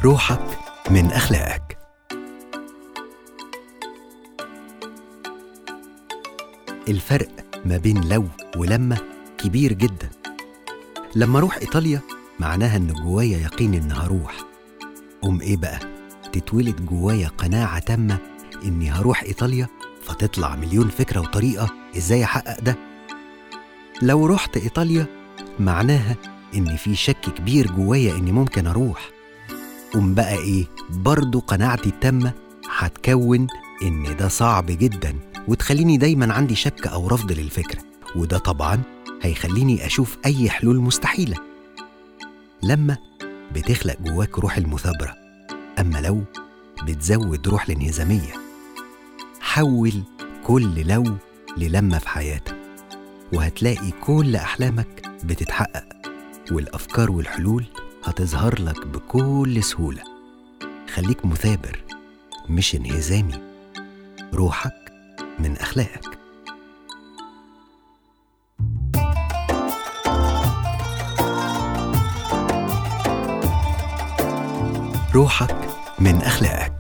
روحك من أخلاقك. الفرق ما بين لو ولما كبير جدا. لما أروح إيطاليا معناها إن جوايا يقين إن هروح. إيه بقى؟ تتولد جوايا قناعة تامة إني هروح إيطاليا، فتطلع مليون فكرة وطريقة إزاي أحقق ده. لو رحت إيطاليا معناها إن في شك كبير جوايا إني ممكن أروح. بقى إيه؟ برضو قناعتي التامة هتكون إن ده صعب جدا، وتخليني دايما عندي شك أو رفض للفكرة، وده طبعا هيخليني أشوف أي حلول مستحيلة. لما بتخلق جواك روح المثابرة، أما لو بتزود روح الانهزامية. حول كل لو للما في حياتك، وهتلاقي كل أحلامك بتتحقق، والأفكار والحلول هتظهر لك بكل سهولة. خليك مثابر مش انهزامي. روحك من أخلاقك. روحك من أخلاقك.